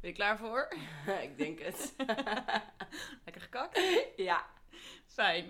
Ben je klaar voor? Ik denk het. Lekker gekakt? Ja. Fijn.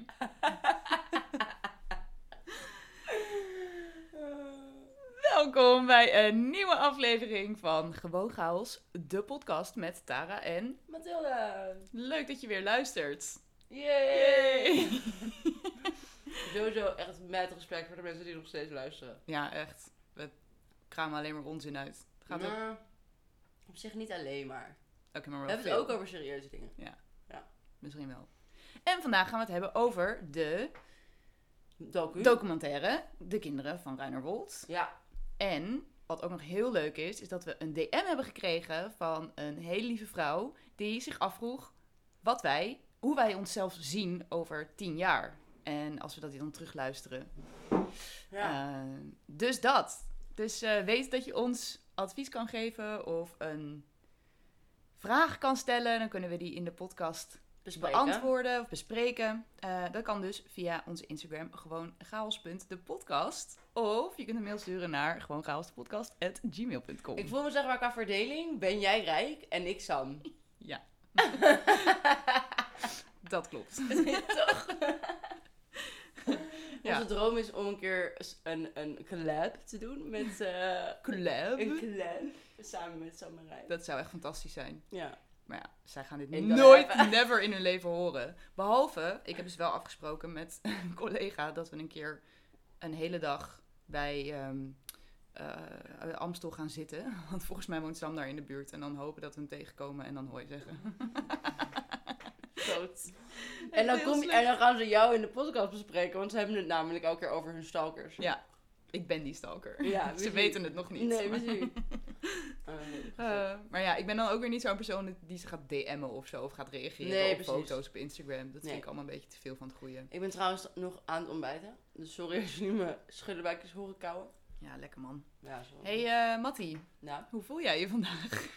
Welkom bij een nieuwe aflevering van Gewoon Chaos, de podcast met Tara en... Mathilde. Leuk dat je weer luistert. Yay. Sowieso echt met respect voor de mensen die nog steeds luisteren. Ja, echt. We kramen alleen maar onzin uit. Het gaat ook... Nou, op zich niet alleen maar. Oké, maar We wel hebben het veel. ook over serieuze dingen. Misschien wel. En vandaag gaan we het hebben over de documentaire De Kinderen van Ruinerwold. Ja. En wat ook nog heel leuk is dat we een DM hebben gekregen van een hele lieve vrouw die zich afvroeg hoe wij onszelf zien over 10 jaar. En als we dat dan terugluisteren. Ja. Dus dat. Dus weet dat je ons advies kan geven of een vraag kan stellen. Dan kunnen we die in de podcast beantwoorden of bespreken. Dat kan dus via onze Instagram gewoon chaos.depodcast. Of je kunt een mail sturen naar gewoonchaosdepodcast@gmail.com. Ik voel me zeg maar qua verdeling. Ben jij rijk en ik Sam? Ja. Dat klopt. Toch? Ja. Onze droom is om een keer een collab te doen met... Collab? Een collab. Samen met Sam en Rijn. Dat zou echt fantastisch zijn. Ja. Maar ja, zij gaan dit Ik nooit, ben never in hun leven horen. Behalve, ik heb dus wel afgesproken met een collega dat we een keer een hele dag bij Amstel gaan zitten. Want volgens mij woont Sam daar in de buurt. En dan hopen dat we hem tegenkomen en dan hoi zeggen. Groot. En dan gaan ze jou in de podcast bespreken, want ze hebben het namelijk elke keer over hun stalkers. Ja, ik ben die stalker. Ja, Ze weten het nog niet. Nee, precies. Maar ja, ik ben dan ook weer niet zo'n persoon die ze gaat DM'en of zo. Of gaat reageren op foto's op Instagram. Dat vind ik allemaal een beetje te veel van het goede. Ik ben trouwens nog aan het ontbijten. Dus sorry als jullie me schuddenbuikjes horen kauwen. Ja, lekker man. Ja, sorry. Hey Mattie, Nou. hoe voel jij je vandaag?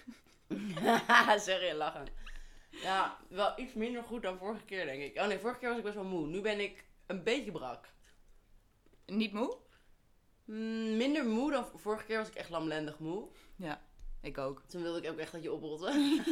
Zeg je lachen. Ja, wel iets minder goed dan vorige keer, denk ik. Oh nee, vorige keer was ik best wel moe. Nu ben ik een beetje brak. Niet moe? Minder moe dan vorige keer was ik echt lamlendig moe. Ja, ik ook. Toen wilde ik ook echt dat je oprotte.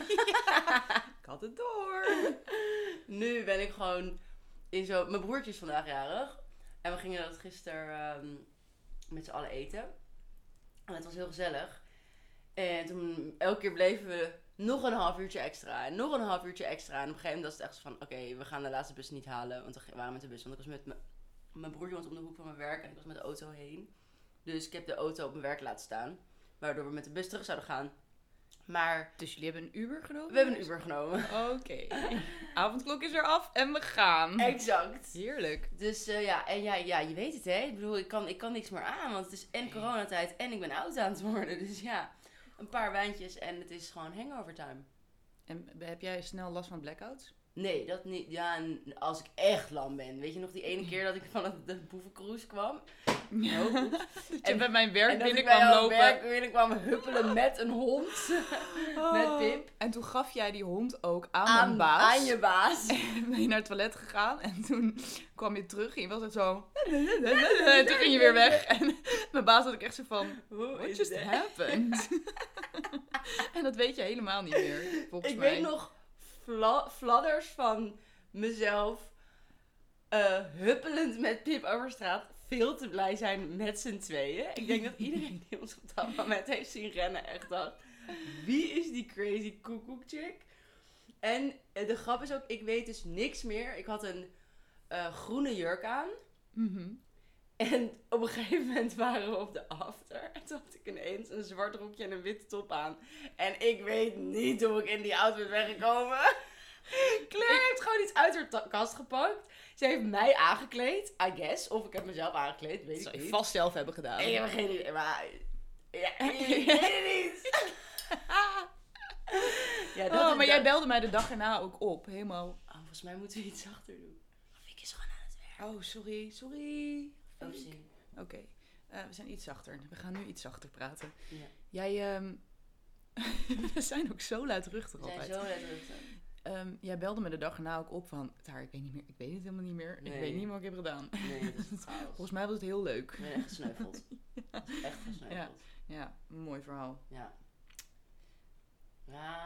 Ik had het door. Nu ben ik gewoon in zo... Mijn broertje is vandaag jarig. En we gingen dat gisteren met z'n allen eten. En het was heel gezellig. En toen elke keer bleven we nog een half uurtje extra. En nog een half uurtje extra. En op een gegeven moment was het echt zo van... Oké, we gaan de laatste bus niet halen. Want we waren met de bus. Want ik was met mijn broertje was om de hoek van mijn werk. En ik was met de auto heen. Dus ik heb de auto op mijn werk laten staan. Waardoor we met de bus terug zouden gaan. Maar... Dus jullie hebben een Uber genomen? We hebben een Uber genomen. Oké. Avondklok is eraf en we gaan. Exact. Heerlijk. Dus ja, je weet het hè. Ik bedoel, ik kan niks meer aan. Want het is en coronatijd en ik ben oud aan het worden. Dus ja, een paar wijntjes en het is gewoon hangover time. En heb jij snel last van blackouts? Nee, dat niet. Ja, als ik echt lam ben. Weet je nog die ene keer dat ik van de boevencruise kwam? Ja. Oh, oeps. En bij mijn werk en dat ik binnenkwam bij jouw lopen. werk binnenkwam huppelen met een hond. Met Pip. En toen gaf jij die hond ook aan mijn baas. Aan je baas. En ben je naar het toilet gegaan en toen kwam je terug en je was echt zo... En toen ging je weer weg. En mijn baas had ik echt zo van... What just happened? En dat weet je helemaal niet meer, volgens mij. Ik weet nog fladders van mezelf huppelend met Pip over straat. Veel te blij zijn met z'n tweeën. Ik denk dat iedereen die ons op dat moment heeft zien rennen echt dacht... Wie is die crazy koekoek chick? En de grap is ook, ik weet dus niks meer. Ik had een groene jurk aan. Mm-hmm. En op een gegeven moment waren we op de after. En toen had ik ineens een zwart rokje en een witte top aan. En ik weet niet hoe ik in die auto ben weggekomen. Claire heeft gewoon iets uit haar kast gepakt. Ze heeft mij aangekleed, I guess. Of ik heb mezelf aangekleed, weet Dat ik zou je niet. vast zelf hebben gedaan. Ik heb geen idee, maar... Ja, ik weet het niet. Ja, dat Maar is jij belde mij de dag erna ook op, helemaal... Oh, volgens mij moeten we iets zachter doen. Fik is gewoon aan het werk. Oh, sorry. Oh, zie. Oké, we zijn iets zachter. We gaan nu iets zachter praten. Ja. Jij, we zijn ook zo luidruchtig We zijn altijd. zo letterlijk. Jij belde me de dag erna ook op van... Taar, ik weet niet meer. Ik weet het helemaal niet meer. Nee. Ik weet niet meer wat ik heb gedaan. Nee, dat is chaos. Volgens mij was het heel leuk. Ik ben echt gesneuveld. Echt gesneuveld. Ja, een mooi verhaal. Ja. Ja, dat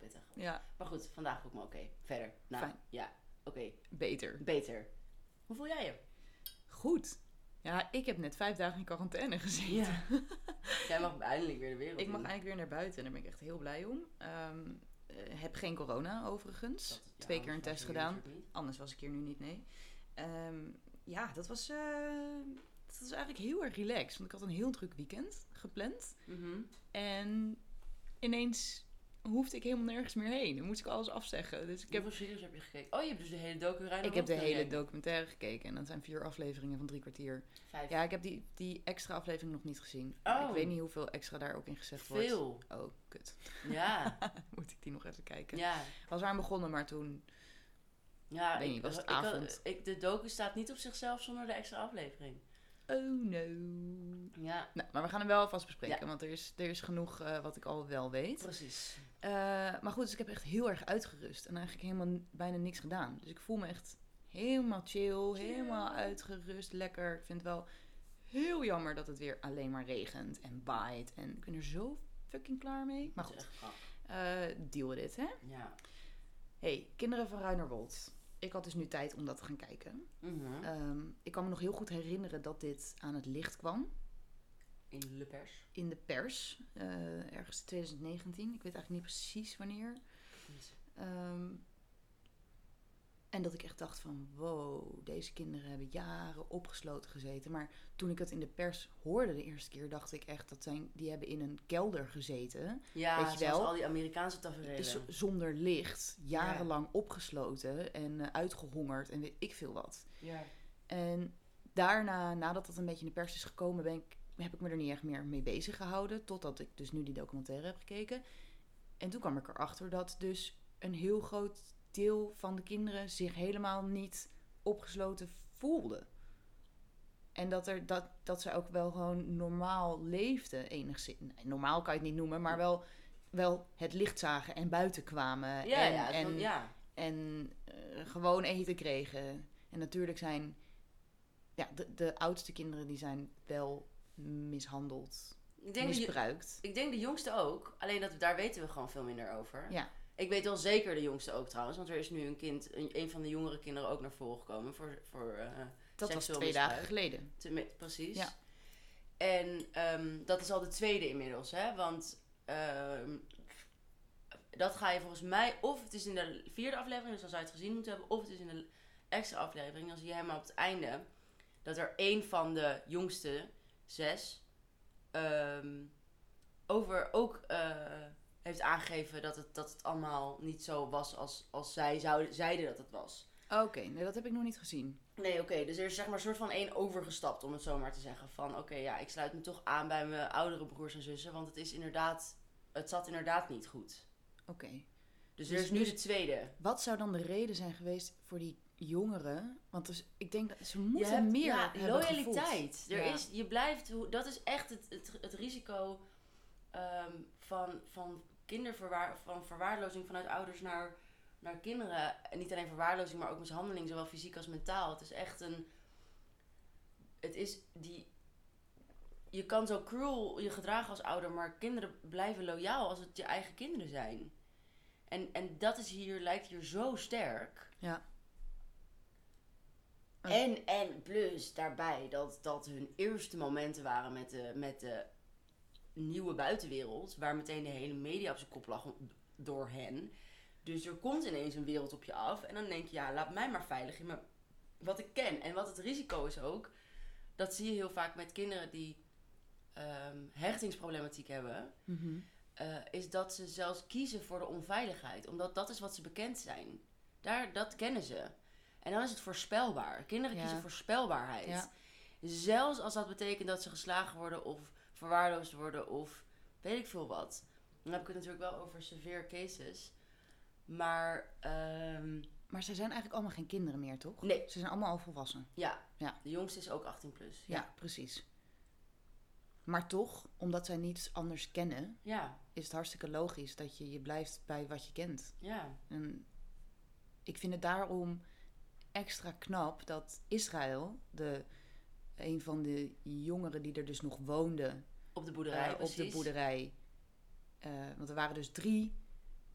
pittig. Ja. Maar goed, vandaag voel ik me oké. Verder. Nou, Fijn. ja. Oké. Beter. Hoe voel jij je? Goed. Ja, ik heb net 5 dagen in quarantaine gezeten. Ja. Jij mag eindelijk weer de wereld Ik mag in. eigenlijk weer naar buiten en daar ben ik echt heel blij om. Heb geen corona overigens. 2 keer een test gedaan. Anders was ik hier nu niet, nee. Ja, dat was eigenlijk heel erg relaxed. Want ik had een heel druk weekend gepland. Mm-hmm. En ineens hoefde ik helemaal nergens meer heen. Dan moest ik alles afzeggen. Dus Hoeveel series heb je gekeken? Oh, je hebt dus de hele documentaire. Ik heb de hele documentaire gekeken. En dat zijn 4 afleveringen van 3 kwartier. 5. Ja, ik heb die extra aflevering nog niet gezien. Oh. Ik weet niet hoeveel extra daar ook in gezegd wordt. Veel. Oh, kut. Ja. Moet ik die nog even kijken. Ja. Was aan begonnen, maar toen... Ja, weet niet, was het avond. De docu staat niet op zichzelf zonder de extra aflevering. Oh no. Ja. Nou, maar we gaan hem wel alvast bespreken. Ja. Want er is genoeg wat ik al wel weet. Precies. Maar goed, dus ik heb echt heel erg uitgerust. En eigenlijk helemaal bijna niks gedaan. Dus ik voel me echt helemaal chill. Helemaal uitgerust. Lekker. Ik vind het wel heel jammer dat het weer alleen maar regent en waait. En ik ben er zo fucking klaar mee. Maar Dat is goed, echt grappig. deal with it, hè? Ja. Hey, Kinderen van Ruinerwold. Ik had dus nu tijd om dat te gaan kijken. Mm-hmm. Ik kan me nog heel goed herinneren dat dit aan het licht kwam. In de pers. In de pers. Ergens in 2019. Ik weet eigenlijk niet precies wanneer. En dat ik echt dacht van... Wow, deze kinderen hebben jaren opgesloten gezeten. Maar toen ik het in de pers hoorde de eerste keer... dacht ik echt dat die hebben in een kelder gezeten. Ja, weet je wel, zoals al die Amerikaanse tafereelen. Zonder licht. Jarenlang opgesloten. En uitgehongerd. En weet ik veel wat. Ja. En daarna, nadat dat een beetje in de pers is gekomen... heb ik me er niet echt meer mee bezig gehouden. Totdat ik dus nu die documentaire heb gekeken. En toen kwam ik erachter dat dus een heel groot deel van de kinderen zich helemaal niet opgesloten voelden. En dat ze ook wel gewoon normaal leefden enigszins. Nee, normaal kan je het niet noemen, maar wel het licht zagen en buiten kwamen. En gewoon eten kregen. En natuurlijk zijn de oudste kinderen die zijn wel mishandeld, misbruikt. Ik denk de jongste ook. Alleen daar weten we gewoon veel minder over. Ja. Ik weet wel zeker de jongste ook trouwens. Want er is nu een van de jongere kinderen ook naar voren gekomen. Voor dat was 2 misbruik. dagen geleden. Precies. Ja. En dat is al de tweede inmiddels. Hè? Want dat ga je volgens mij... Of het is in de 4e aflevering, dus dan zou je het gezien moeten hebben. Of het is in de extra aflevering. Dan zie je helemaal op het einde... dat er een van de jongste 6... heeft aangegeven dat het allemaal niet zo was als zij zeiden dat het was. Oké, nee, dat heb ik nog niet gezien. Nee, oké. Dus er is zeg maar een soort van 1 overgestapt, om het zo maar te zeggen. Van oké, ik sluit me toch aan bij mijn oudere broers en zussen. Want het zat inderdaad niet goed. Oké. Dus er is nu de tweede. Wat zou dan de reden zijn geweest voor die jongeren? Want dus, ik denk dat ze moeten meer hebben loyaliteit. gevoeld. Je blijft... Dat is echt het risico van verwaarlozing vanuit ouders naar kinderen. En niet alleen verwaarlozing, maar ook mishandeling, zowel fysiek als mentaal. Het is echt je kan zo cruel je gedragen als ouder, maar kinderen blijven loyaal als het je eigen kinderen zijn. En dat lijkt hier zo sterk. Ja. En plus daarbij dat hun eerste momenten waren met de nieuwe buitenwereld, waar meteen de hele media op zijn kop lag door hen. Dus er komt ineens een wereld op je af en dan denk je, laat mij maar veilig in wat ik ken. En wat het risico is ook, dat zie je heel vaak met kinderen die hechtingsproblematiek hebben, is dat ze zelfs kiezen voor de onveiligheid. Omdat dat is wat ze bekend zijn. Dat kennen ze. En dan is het voorspelbaar. Kinderen kiezen voorspelbaarheid. Ja. Zelfs als dat betekent dat ze geslagen worden of verwaarloosd worden of weet ik veel wat. Dan heb ik het natuurlijk wel over severe cases. Maar ze zijn eigenlijk allemaal geen kinderen meer, toch? Nee. Ze zijn allemaal al volwassen. Ja. De jongste is ook 18 plus. Ja, precies. Maar toch, omdat zij niets anders kennen, is het hartstikke logisch dat je blijft bij wat je kent. Ja. En ik vind het daarom extra knap dat Israël, een van de jongeren die er dus nog woonden... Op de boerderij, want er waren dus 3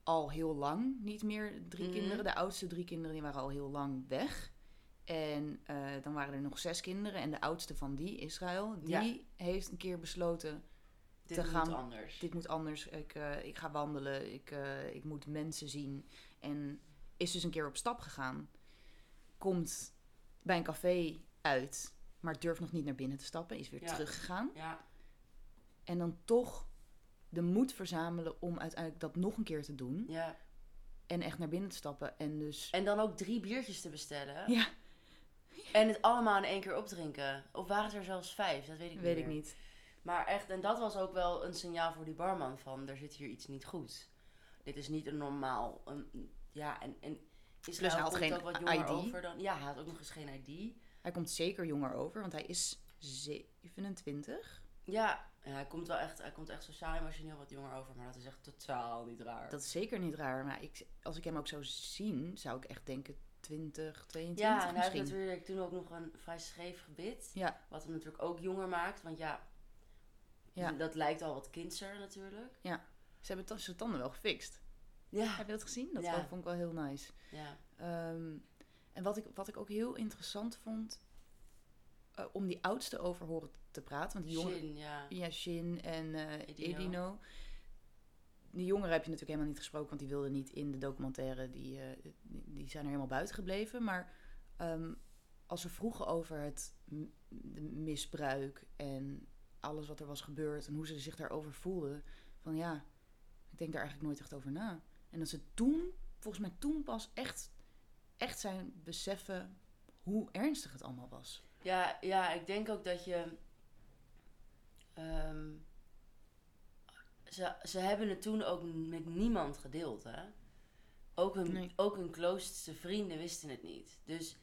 al heel lang niet meer 3 Mhm. kinderen. De oudste 3 kinderen die waren al heel lang weg. En dan waren er nog 6 kinderen. En de oudste van die, Israël, die heeft een keer besloten... Dit moet anders. Dit moet anders. Ik ga wandelen. Ik moet mensen zien. En is dus een keer op stap gegaan. Komt bij een café uit. Maar durft nog niet naar binnen te stappen. Is weer teruggegaan. Ja. En dan toch de moed verzamelen om uiteindelijk dat nog een keer te doen. Ja. En echt naar binnen te stappen. En dan ook 3 biertjes te bestellen. Ja. En het allemaal in 1 keer opdrinken. Of waren het er zelfs 5? Dat weet ik niet meer. Weet ik niet. Maar echt, en dat was ook wel een signaal voor die barman van... er zit hier iets niet goed. Dit is niet een normaal... en Israël hij had komt geen ook wat jonger ID. over dan... Ja, hij had ook nog eens geen ID. Hij komt zeker jonger over. Want hij is 27. Ja, hij komt echt sociaal-emotioneel wat jonger over. Maar dat is echt totaal niet raar. Dat is zeker niet raar. Maar als ik hem ook zou zien, zou ik echt denken 20, 22 ja, en hij misschien. heeft natuurlijk toen ook nog een vrij scheef gebit. Ja. Wat hem natuurlijk ook jonger maakt. Want dat lijkt al wat kindser natuurlijk. Ja, ze hebben zijn tanden wel gefixt. Ja. Heb je dat gezien? Dat vond ik wel heel nice. Ja. En wat ik ook heel interessant vond... om die oudste over horen te praten. Want die jongeren, Shin, ja, Shin en Edino. Die jongeren heb je natuurlijk helemaal niet gesproken... want die wilden niet in de documentaire. Die zijn er helemaal buiten gebleven. Maar als ze vroegen over het misbruik... en alles wat er was gebeurd... en hoe ze zich daarover voelden... van ja, ik denk daar eigenlijk nooit echt over na. En dat ze toen, volgens mij toen pas echt zijn beseffen... hoe ernstig het allemaal was. Ja, ik denk ook dat je... Ze hebben het toen ook met niemand gedeeld, hè? Ook hun closeste vrienden wisten het niet. Dus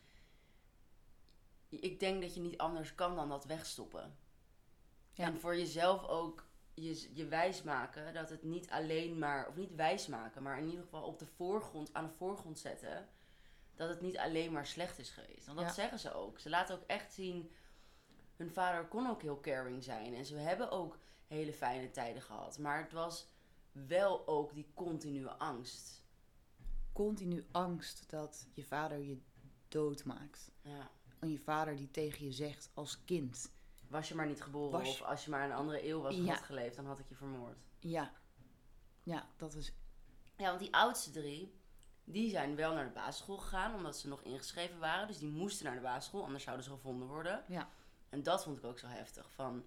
ik denk dat je niet anders kan dan dat wegstoppen. Ja. En voor jezelf ook je wijsmaken dat het niet alleen maar... Of niet wijsmaken, maar in ieder geval aan de voorgrond zetten... dat het niet alleen maar slecht is geweest. Want dat zeggen ze ook. Ze laten ook echt zien... Hun vader kon ook heel caring zijn. En ze hebben ook hele fijne tijden gehad. Maar het was wel ook die continue angst. Continu angst dat je vader je doodmaakt. Ja. En je vader die tegen je zegt als kind... Was je maar niet geboren of als je maar in een andere eeuw had geleefd... dan had ik je vermoord. Ja. Ja, dat is... Ja, want die oudste 3... die zijn wel naar de basisschool gegaan... omdat ze nog ingeschreven waren. Dus die moesten naar de basisschool... anders zouden ze gevonden worden. Ja. En dat vond ik ook zo heftig. Van,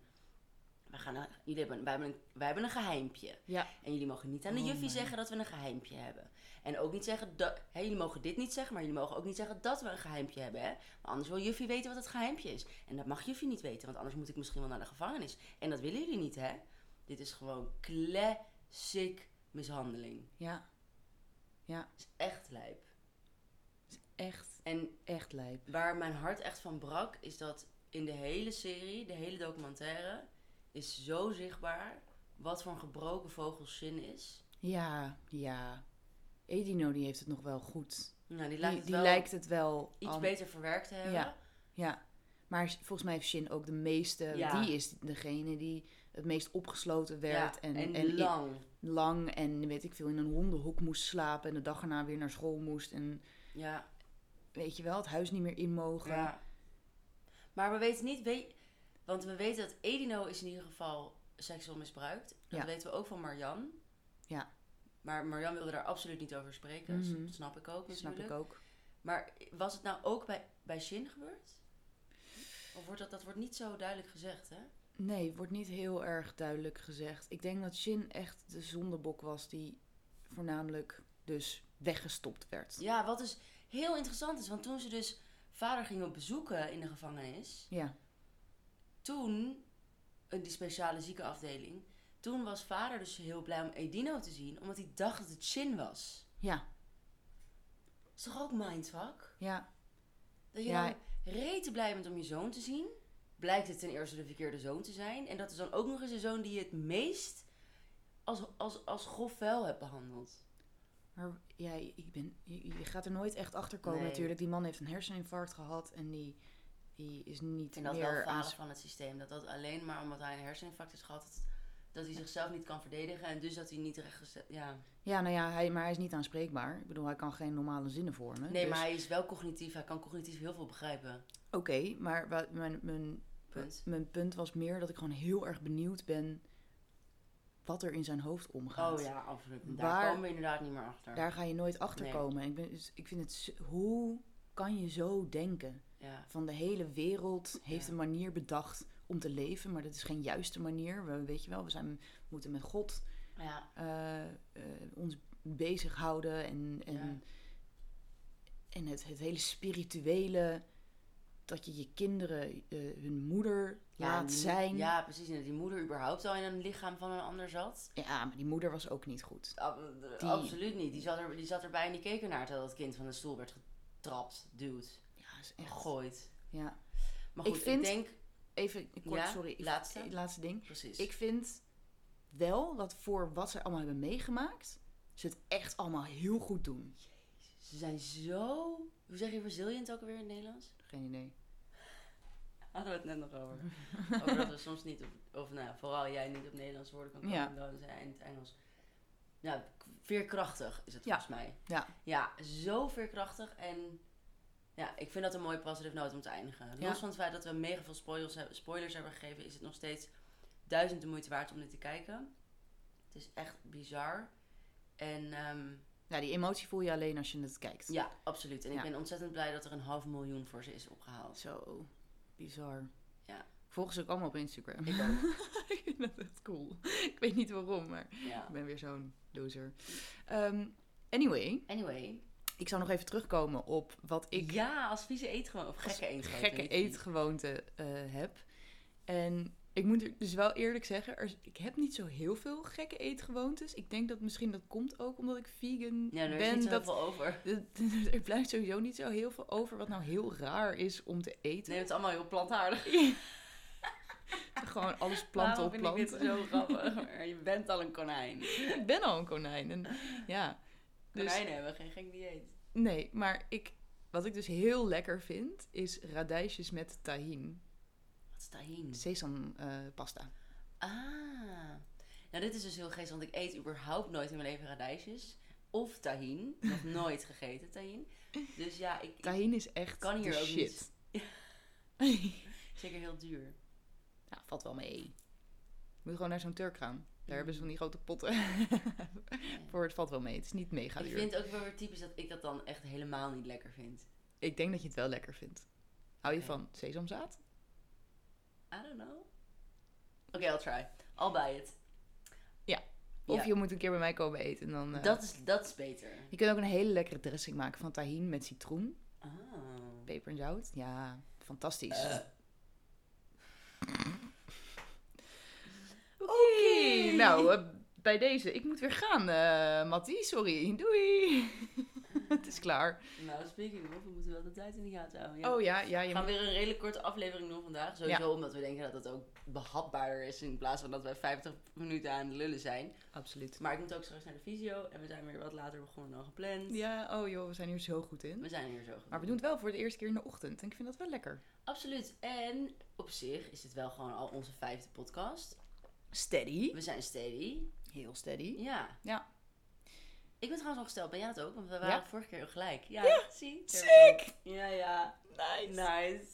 wij hebben een geheimpje. Ja. En jullie mogen niet aan de juffie zeggen dat we een geheimpje hebben. En ook niet zeggen, jullie mogen dit niet zeggen... maar jullie mogen ook niet zeggen dat we een geheimpje hebben. Hè? Maar anders wil juffie weten wat het geheimpje is. En dat mag juffie niet weten, want anders moet ik misschien wel naar de gevangenis. En dat willen jullie niet, hè? Dit is gewoon classic mishandeling. Ja. Ja. Het is echt lijp. Het is echt lijp. Waar mijn hart echt van brak, is dat... in de hele serie, de hele documentaire... is zo zichtbaar... wat voor een gebroken vogel Shin is. Ja. Edino die heeft het nog wel goed. Nou, die lijkt het wel... iets beter verwerkt te hebben. Ja. Maar volgens mij heeft Shin ook de meeste... Ja. Die is degene die het meest opgesloten werd. Ja, en lang. Lang en weet ik veel, in een hondenhok moest slapen... en de dag erna weer naar school moest. En weet je wel, het huis niet meer in mogen. Ja. Maar we weten niet... want we weten dat Edino is in ieder geval seksueel misbruikt. Dat weten we ook van Marjan. Ja. Maar Marjan wilde daar absoluut niet over spreken. Mm-hmm. Dat snap ik ook natuurlijk. Snap ik ook. Maar was het nou ook bij Shin gebeurd? Of dat wordt niet zo duidelijk gezegd, hè? Nee, het wordt niet heel erg duidelijk gezegd. Ik denk dat Shin echt de zondebok was die voornamelijk dus weggestopt werd. Ja, wat dus heel interessant is. Want toen ze dus vader gingen bezoeken in de gevangenis... Ja. Toen, die speciale ziekenafdeling... toen was vader dus heel blij om Edino te zien... omdat hij dacht dat het Shin was. Ja. Is toch ook mindfuck? Ja. Dat je dan rete blij bent om je zoon te zien... blijkt het ten eerste de verkeerde zoon te zijn... en dat is dan ook nog eens de zoon die je het meest... als grof vuil hebt behandeld. Maar ja, je gaat er nooit echt achter komen natuurlijk. Die man heeft een herseninfarct gehad en die is niet meer... En dat wel falen van het systeem. Dat alleen maar omdat hij een herseninfarct is gehad... Dat hij zichzelf niet kan verdedigen en dus dat hij niet rechtgezet... Ja. Ja, nou ja, maar hij is niet aanspreekbaar. Ik bedoel, hij kan geen normale zinnen vormen. Nee, dus... maar hij is wel cognitief. Hij kan cognitief heel veel begrijpen. Oké, maar mijn punt was meer dat ik gewoon heel erg benieuwd ben wat er in zijn hoofd omgaat. Oh ja, absoluut. Daar komen we inderdaad niet meer achter. Daar ga je nooit achter komen. Ik vind het... Hoe kan je zo denken? Ja. Van de hele wereld heeft een manier bedacht om te leven, maar dat is geen juiste manier. Weet je wel, we moeten met God ons bezighouden en het hele spirituele, dat je kinderen hun moeder laat zijn. Ja, precies. En dat die moeder überhaupt al in een lichaam van een ander zat. Ja, maar die moeder was ook niet goed. Absoluut niet. Die zat erbij en die keek ernaar terwijl dat kind van de stoel werd getrapt, dude. Ja, is echt... Gegooid. Ja. Maar goed, ik denk... Even kort, sorry. Laatste ding. Precies. Ik vind wel dat voor wat zij allemaal hebben meegemaakt, ze het echt allemaal heel goed doen. Jezus, ze zijn zo... Hoe zeg je resilient ook alweer in het Nederlands? Geen idee. Hadden we het net nog over. Over dat we soms niet vooral jij niet op Nederlands woorden kan komen. Dan zijn in het Engels. Ja, veerkrachtig is het volgens mij. Ja, zo veerkrachtig. En ja, ik vind dat een mooie positive note om te eindigen. Los van het feit dat we mega veel spoilers hebben gegeven, is het nog steeds 1000 de moeite waard om dit te kijken. Het is echt bizar. En... ja, die emotie voel je alleen als je het kijkt. Ja, absoluut. En ik ben ontzettend blij dat er 500.000 voor ze is opgehaald. Zo, bizar. Ja. Volgen ze ook allemaal op Instagram. Ik ook. Ik vind dat echt cool. Ik weet niet waarom, maar ik ben weer zo'n loser. Anyway. Ik zou nog even terugkomen op wat ik... Ja, als vieze eetgewoonte. Of gekke eetgewoonte heb. En ik moet er dus wel eerlijk zeggen, ik heb niet zo heel veel gekke eetgewoontes. Ik denk dat misschien dat komt ook omdat ik vegan ben. Ja, er is niet zo veel over. Er blijft sowieso niet zo heel veel over wat nou heel raar is om te eten. Nee, het is allemaal heel plantaardig. Gewoon alles planten op planten. Ik vind dit zo grappig. Je bent al een konijn. Ik ben al een konijn. En, ja. Konijnen hebben geen gek dieet. Nee, maar wat ik dus heel lekker vind, is radijsjes met tahin. Wat is tahin? Sesampasta. Nou, dit is dus heel geestig, want ik eet überhaupt nooit in mijn leven radijsjes. Of tahin. Nog nooit gegeten tahin. Dus ja, tahin is echt kan hier ook shit. Niet. Zeker heel duur. Nou, valt wel mee. Je moet gewoon naar zo'n Turk gaan. Daar hebben ze van die grote potten. Voor het valt wel mee. Het is niet mega duur. Ik vind ook wel weer typisch dat ik dat dan echt helemaal niet lekker vind. Ik denk dat je het wel lekker vindt. Hou je van sesamzaad? I don't know. Oké, I'll try. I'll buy it. Ja. Of je moet een keer bij mij komen eten. En dan, dat is beter. Je kunt ook een hele lekkere dressing maken van tahin met citroen. Oh. Peper en zout. Ja, fantastisch. Oké. Nou, bij deze. Ik moet weer gaan, Mattie. Sorry. Doei. Het is klaar. Nou, speaking of, we moeten wel de tijd in de gaten houden. Ja. Oh ja. We gaan weer een redelijk korte aflevering doen vandaag. Sowieso omdat we denken dat het ook behapbaarder is in plaats van dat wij 50 minuten aan het lullen zijn. Absoluut. Maar ik moet ook straks naar de fysio en we zijn weer wat later begonnen dan gepland. Ja, oh joh, we zijn hier zo goed in. We zijn hier zo goed Maar we doen het wel voor de eerste keer in de ochtend en ik vind dat wel lekker. Absoluut. En op zich is het wel gewoon al onze 5e podcast. Steady. We zijn steady. Heel steady. Ja. Ik ben trouwens ongesteld. Ben jij dat ook? Want we waren vorige keer ook gelijk. Ja. Zie. Sick. Ja. Nice.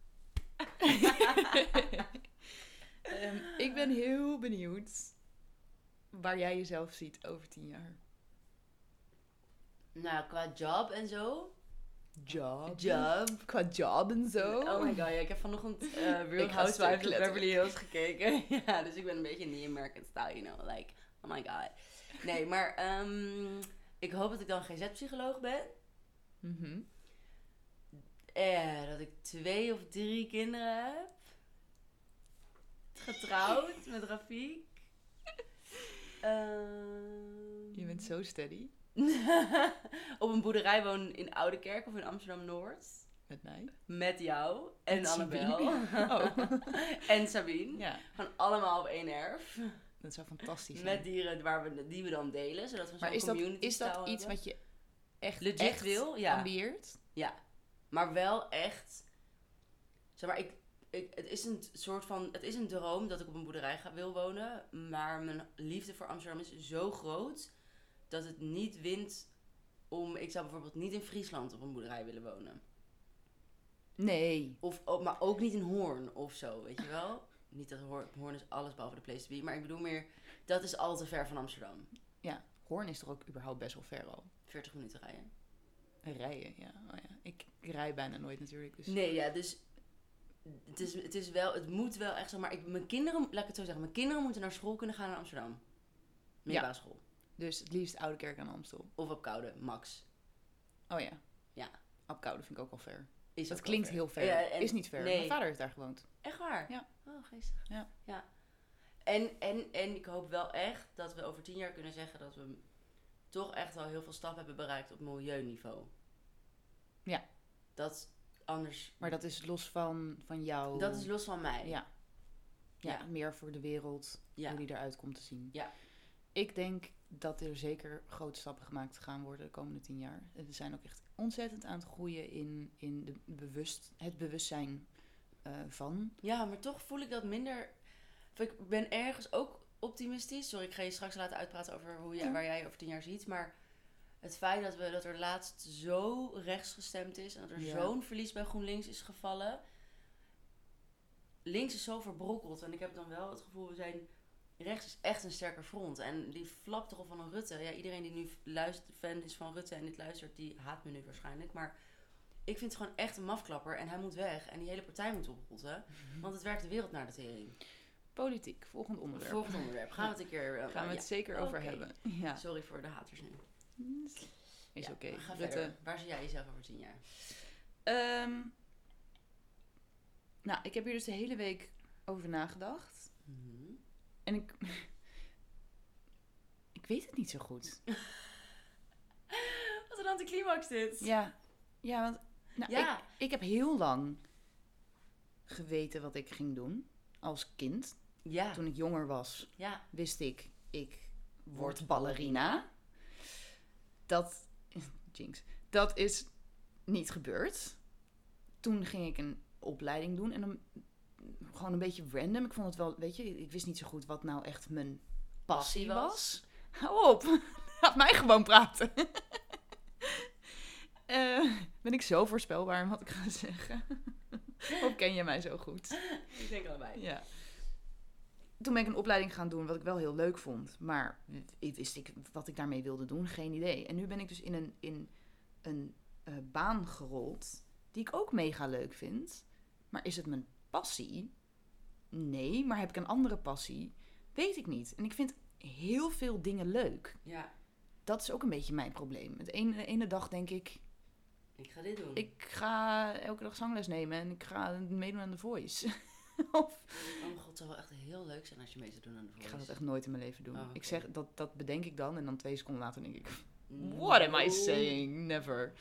Ik ben heel benieuwd waar jij jezelf ziet over 10 jaar. Nou, qua job en zo. Job. Qua job en zo. Oh my god, ja, ik heb vanochtend Real Housewives of Beverly Hills gekeken. Ja, dus ik ben een beetje in die American style, you know. Like, oh my god. Nee, maar ik hoop dat ik dan GZ-psycholoog ben. Mhm. Dat ik 2 of 3 kinderen heb. Getrouwd met Rafiek. Je bent zo steady. Op een boerderij wonen in Oudekerk of in Amsterdam-Noord. Met mij. Met jou. En Annabel. Oh. En Sabine. Ja. Gewoon allemaal op 1 erf. Dat zou fantastisch zijn. Met dieren die we dan delen. Zodat we zo'n community is dat iets wat je echt legit wil? Ja. Ambieert? Ja. Maar wel echt... Zeg maar, het is een soort van... Het is een droom dat ik op een boerderij wil wonen. Maar mijn liefde voor Amsterdam is zo groot... dat het niet wint om... Ik zou bijvoorbeeld niet in Friesland op een boerderij willen wonen. Nee. Maar ook niet in Hoorn of zo, weet je wel? Niet dat Hoorn is alles behalve de place to be. Maar ik bedoel meer... Dat is al te ver van Amsterdam. Ja, Hoorn is toch ook überhaupt best wel ver al. 40 minuten rijden. Rijden, ja. Oh, ja. Ik rij bijna nooit natuurlijk. Dus... Nee, ja, dus... Het is wel... Het moet wel echt zo... Maar mijn kinderen... Laat ik het zo zeggen. Mijn kinderen moeten naar school kunnen gaan in Amsterdam. Middelbare school. Dus het liefst Oude Kerk aan Amstel. Of op Koude, max. Oh ja. Ja. Op Koude vind ik ook wel ver. Is dat ook klinkt ver. heel ver. Ja, en is niet ver. nee. Mijn vader heeft daar gewoond. Echt waar? Ja. Oh, geestig. Ja. En ik hoop wel echt dat we over 10 jaar kunnen zeggen dat we toch echt wel heel veel stap hebben bereikt op milieuniveau. Ja. Dat anders... Maar dat is los van jou. Dat is los van mij. Ja. Ja, meer voor de wereld. Hoe die eruit komt te zien. Ja. Ik denk dat er zeker grote stappen gemaakt gaan worden de komende 10 jaar. We zijn ook echt ontzettend aan het groeien in het bewustzijn van. Ja, maar toch voel ik dat minder... Ik ben ergens ook optimistisch. Sorry, ik ga je straks laten uitpraten over waar jij over 10 jaar ziet. Maar het feit dat er laatst zo rechts gestemd is... en dat er zo'n verlies bij GroenLinks is gevallen... Links is zo verbrokkeld. En ik heb dan wel het gevoel, rechts is echt een sterker front. En die flapdrol van een Rutte... Ja, iedereen die nu fan is van Rutte en dit luistert... die haat me nu waarschijnlijk. Maar ik vind het gewoon echt een mafklapper. En hij moet weg. En die hele partij moet oprotten. Want het werkt de wereld naar de tering. Politiek, volgend onderwerp. Gaan we het een keer... gaan we het zeker over hebben. Ja. Sorry voor de haters nu. Is oké. Ga verder. Waar zie jij jezelf over 10 jaar? Nou, ik heb hier dus de hele week over nagedacht. Mm-hmm. En ik weet het niet zo goed. Wat een anticlimax dit. Ja, want ik heb heel lang geweten wat ik ging doen als kind. Ja. Toen ik jonger was, wist ik word ballerina. Dat is niet gebeurd. Toen ging ik een opleiding doen en dan gewoon een beetje random. Ik vond het wel, weet je, ik wist niet zo goed wat nou echt mijn passie was. Hou op, laat mij gewoon praten. Ben ik zo voorspelbaar in wat ik ga zeggen? Of ken je mij zo goed? Ik denk allebei. Ja. Toen ben ik een opleiding gaan doen, wat ik wel heel leuk vond. Maar wist ik wat ik daarmee wilde doen? Geen idee. En nu ben ik dus in een baan gerold die ik ook mega leuk vind. Maar is het mijn passie? Nee. Maar heb ik een andere passie? Weet ik niet. En ik vind heel veel dingen leuk. Ja. Dat is ook een beetje mijn probleem. De ene dag denk ik... Ik ga dit doen. Ik ga elke dag zangles nemen en ik ga meedoen aan The Voice. Oh mijn god, het zou wel echt heel leuk zijn als je mee zou doen aan The Voice. Ik ga dat echt nooit in mijn leven doen. Okay. Ik zeg, dat bedenk ik dan en dan 2 seconden later denk ik... What am I saying? Never.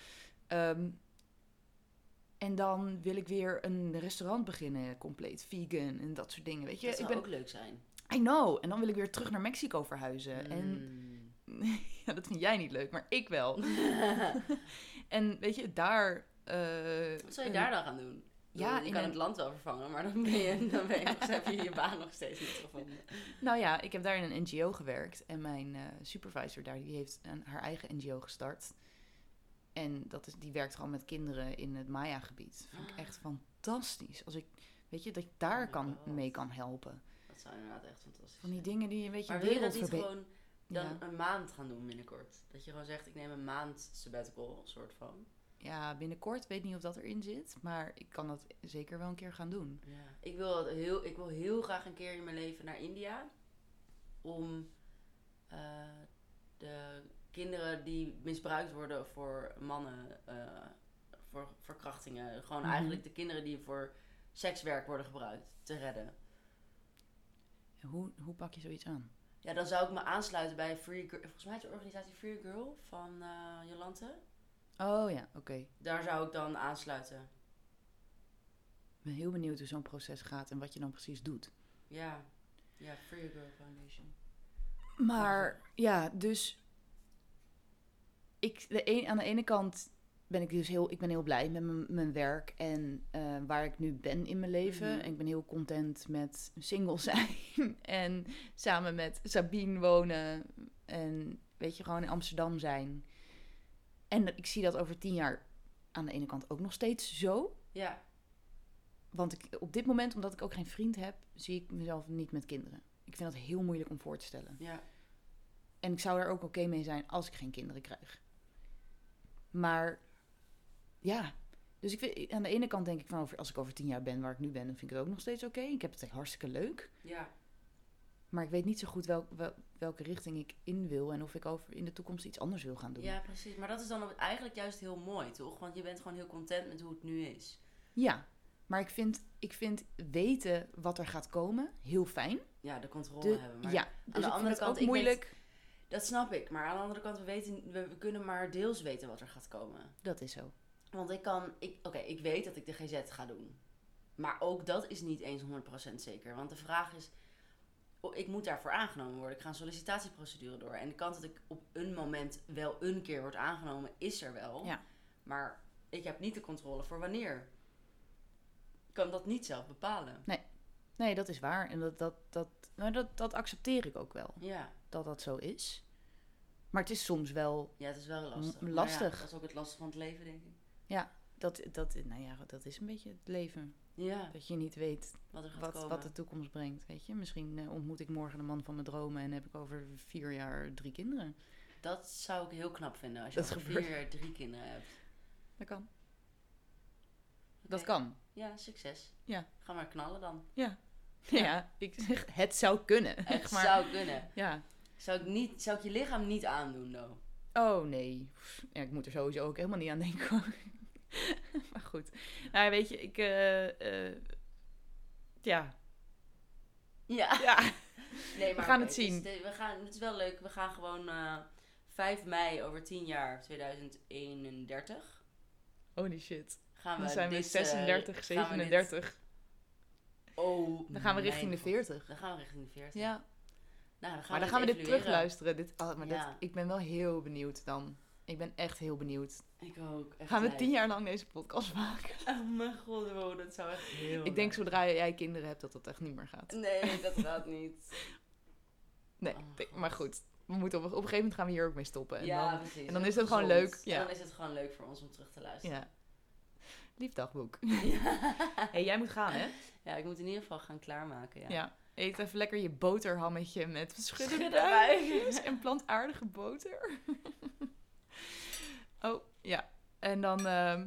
En dan wil ik weer een restaurant beginnen, compleet vegan en dat soort dingen. Weet je, dat zou ook leuk zijn. I know. En dan wil ik weer terug naar Mexico verhuizen. En ja, dat vind jij niet leuk, maar ik wel. En weet je, daar... Wat zou je daar dan gaan doen? Ja, je kan het land wel vervangen, maar dan heb je je baan nog steeds niet gevonden. Nou ja, ik heb daar in een NGO gewerkt. En mijn supervisor daar, die heeft haar eigen NGO gestart. En die werkt gewoon met kinderen in het Maya-gebied. Dat vind ik echt fantastisch. Als ik, weet je, dat ik daar mee kan helpen. Dat zou inderdaad echt fantastisch zijn. Van die dingen die een beetje maar wil je dat niet gewoon een maand gaan doen binnenkort? Dat je gewoon zegt, ik neem een maand sabbatical, soort van. Ja, binnenkort. Weet niet of dat erin zit. Maar ik kan dat zeker wel een keer gaan doen. Ja. Ik wil heel graag een keer in mijn leven naar India. Om de kinderen die misbruikt worden voor mannen, voor verkrachtingen. Gewoon eigenlijk de kinderen die voor sekswerk worden gebruikt, te redden. Hoe pak je zoiets aan? Ja, dan zou ik me aansluiten bij volgens mij is de organisatie Free Girl van Jolante. Oh ja, oké. Daar zou ik dan aansluiten. Ik ben heel benieuwd hoe zo'n proces gaat en wat je dan precies doet. Ja, Free Girl Foundation. Maar ja, dus aan de ene kant ben ik dus heel blij met mijn werk en waar ik nu ben in mijn leven. Mhm. En ik ben heel content met single zijn en samen met Sabine wonen en weet je, gewoon in Amsterdam zijn. En ik zie dat over 10 jaar aan de ene kant ook nog steeds zo. Ja. Want op dit moment, omdat ik ook geen vriend heb, zie ik mezelf niet met kinderen. Ik vind dat heel moeilijk om voor te stellen. Ja. En ik zou er ook oké mee zijn als ik geen kinderen krijg. Maar ja, dus ik vind, aan de ene kant denk ik van als ik over 10 jaar ben waar ik nu ben, dan vind ik het ook nog steeds oké. Ik heb het echt hartstikke leuk. Ja. Maar ik weet niet zo goed welke richting ik in wil en of ik in de toekomst iets anders wil gaan doen. Ja, precies. Maar dat is dan eigenlijk juist heel mooi, toch? Want je bent gewoon heel content met hoe het nu is. Ja, maar ik vind weten wat er gaat komen heel fijn. Ja, de controle hebben. Maar ja, dus aan de andere kant ook moeilijk. Dat snap ik. Maar aan de andere kant, we kunnen maar deels weten wat er gaat komen. Dat is zo. Want ik weet dat ik de GZ ga doen. Maar ook dat is niet eens 100% zeker. Want de vraag is, ik moet daarvoor aangenomen worden. Ik ga een sollicitatieprocedure door. En de kans dat ik op een moment wel een keer word aangenomen, is er wel. Ja. Maar ik heb niet de controle voor wanneer. Ik kan dat niet zelf bepalen. Nee, dat is waar. En dat accepteer ik ook wel. Ja. Dat zo is. Maar het is soms wel Ja, het is wel lastig. lastig. Maar ja, dat is ook het lastige van het leven, denk ik. Ja, dat is een beetje het leven. Ja, Dat je niet weet wat er gaat komen. wat de toekomst brengt, weet je. Misschien ontmoet ik morgen de man van mijn dromen en heb ik over 4 jaar 3 kinderen. Dat zou ik heel knap vinden, als je Dat over gebeurt. 4 jaar 3 kinderen hebt. Dat kan. Oké. Dat kan. Ja, succes. Ja. Ga maar knallen dan. Ja. Ja, ik zeg, het zou kunnen. Het maar, zou kunnen. Ja. Zou ik je lichaam niet aandoen, though? Oh, nee. Ja, ik moet er sowieso ook helemaal niet aan denken. Maar goed. Nou, weet je, ja. Ja. Ja. Nee, maar We gaan oké, het zien. Het is wel leuk. We gaan gewoon 5 mei over 10 jaar, 2031. Holy shit. Gaan we Dan zijn we dit, 36, gaan we 37. Oh, Dan gaan we richting de mijn 40. God. Dan gaan we richting de 40. Ja. Nou, dan gaan Maar dan we gaan we het dit evalueren. terugluisteren. Ja. Ik ben wel heel benieuwd dan. Ik ben echt heel benieuwd. Ik ook. Echt Gaan we lijp. 10 jaar lang deze podcast maken? Oh mijn god, wow, dat zou echt heel Ik denk zodra jij kinderen hebt dat dat echt niet meer gaat. Nee, dat gaat niet. Nee, Oh, maar goed. We moeten op een gegeven moment gaan we hier ook mee stoppen. En Ja, dan, precies. en dan is het gewoon Gezond. leuk. Ja. En dan is het gewoon leuk voor ons om terug te luisteren. Ja. Lief dagboek. Ja. Hey, jij moet gaan, hè? Ja, ik moet in ieder geval gaan klaarmaken, ja. Ja. Eet even lekker je boterhammetje met verschillende Schuddenbuikjes. buikjes en plantaardige boter. Oh, ja. En dan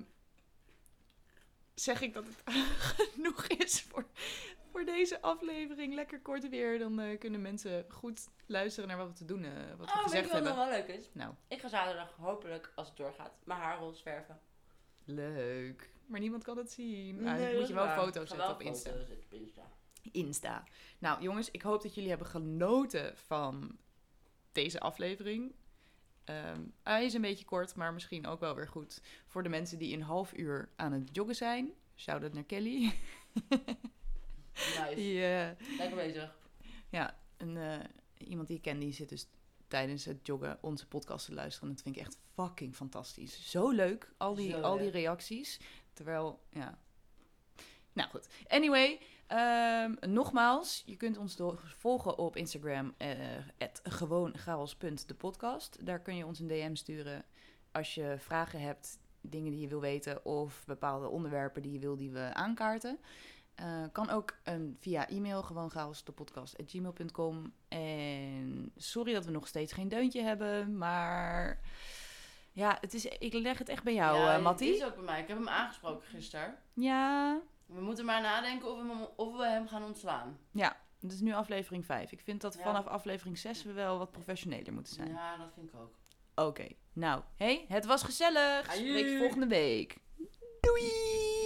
zeg ik dat het genoeg is voor deze aflevering. Lekker kort weer. Dan kunnen mensen goed luisteren naar wat we te doen, wat we Weet gezegd je wat nog hebben. wel leuk is? Nou, Ik ga zaterdag hopelijk, als het doorgaat, mijn haar roze verven. leuk. Maar niemand kan het zien. Nee, Moet dat je is wel waar. foto's Ik ga zetten wel op Insta. foto's zetten op Insta. Insta. Nou, jongens, ik hoop dat jullie hebben genoten van deze aflevering. Hij is een beetje kort, maar misschien ook wel weer goed voor de mensen die een half uur aan het joggen zijn. Shout-out naar Kelly. Nice. Die, Lekker bezig. ja, iemand die ik ken, die zit dus tijdens het joggen onze podcast te luisteren. En dat vind ik echt fucking fantastisch. Zo leuk, al die leuk. reacties. Terwijl, ja... Nou goed. Anyway, nogmaals, je kunt ons volgen op Instagram, gewoonchaos.depodcast. Daar kun je ons een DM sturen als je vragen hebt, dingen die je wil weten of bepaalde onderwerpen die je wil die we aankaarten. Kan ook via e-mail, gewoonchaosdepodcast@gmail.com. En sorry dat we nog steeds geen deuntje hebben, maar ja, ik leg het echt bij jou, Mattie. Het is ook bij mij. Ik heb hem aangesproken gisteren. Ja, We moeten maar nadenken of we hem gaan ontslaan. ja, het is nu aflevering 5. Ik vind dat Ja. vanaf aflevering 6 we wel wat professioneler moeten zijn. Ja, dat vind ik ook. Oké, nou, het was gezellig. Aju. Spreek je volgende week. Doei!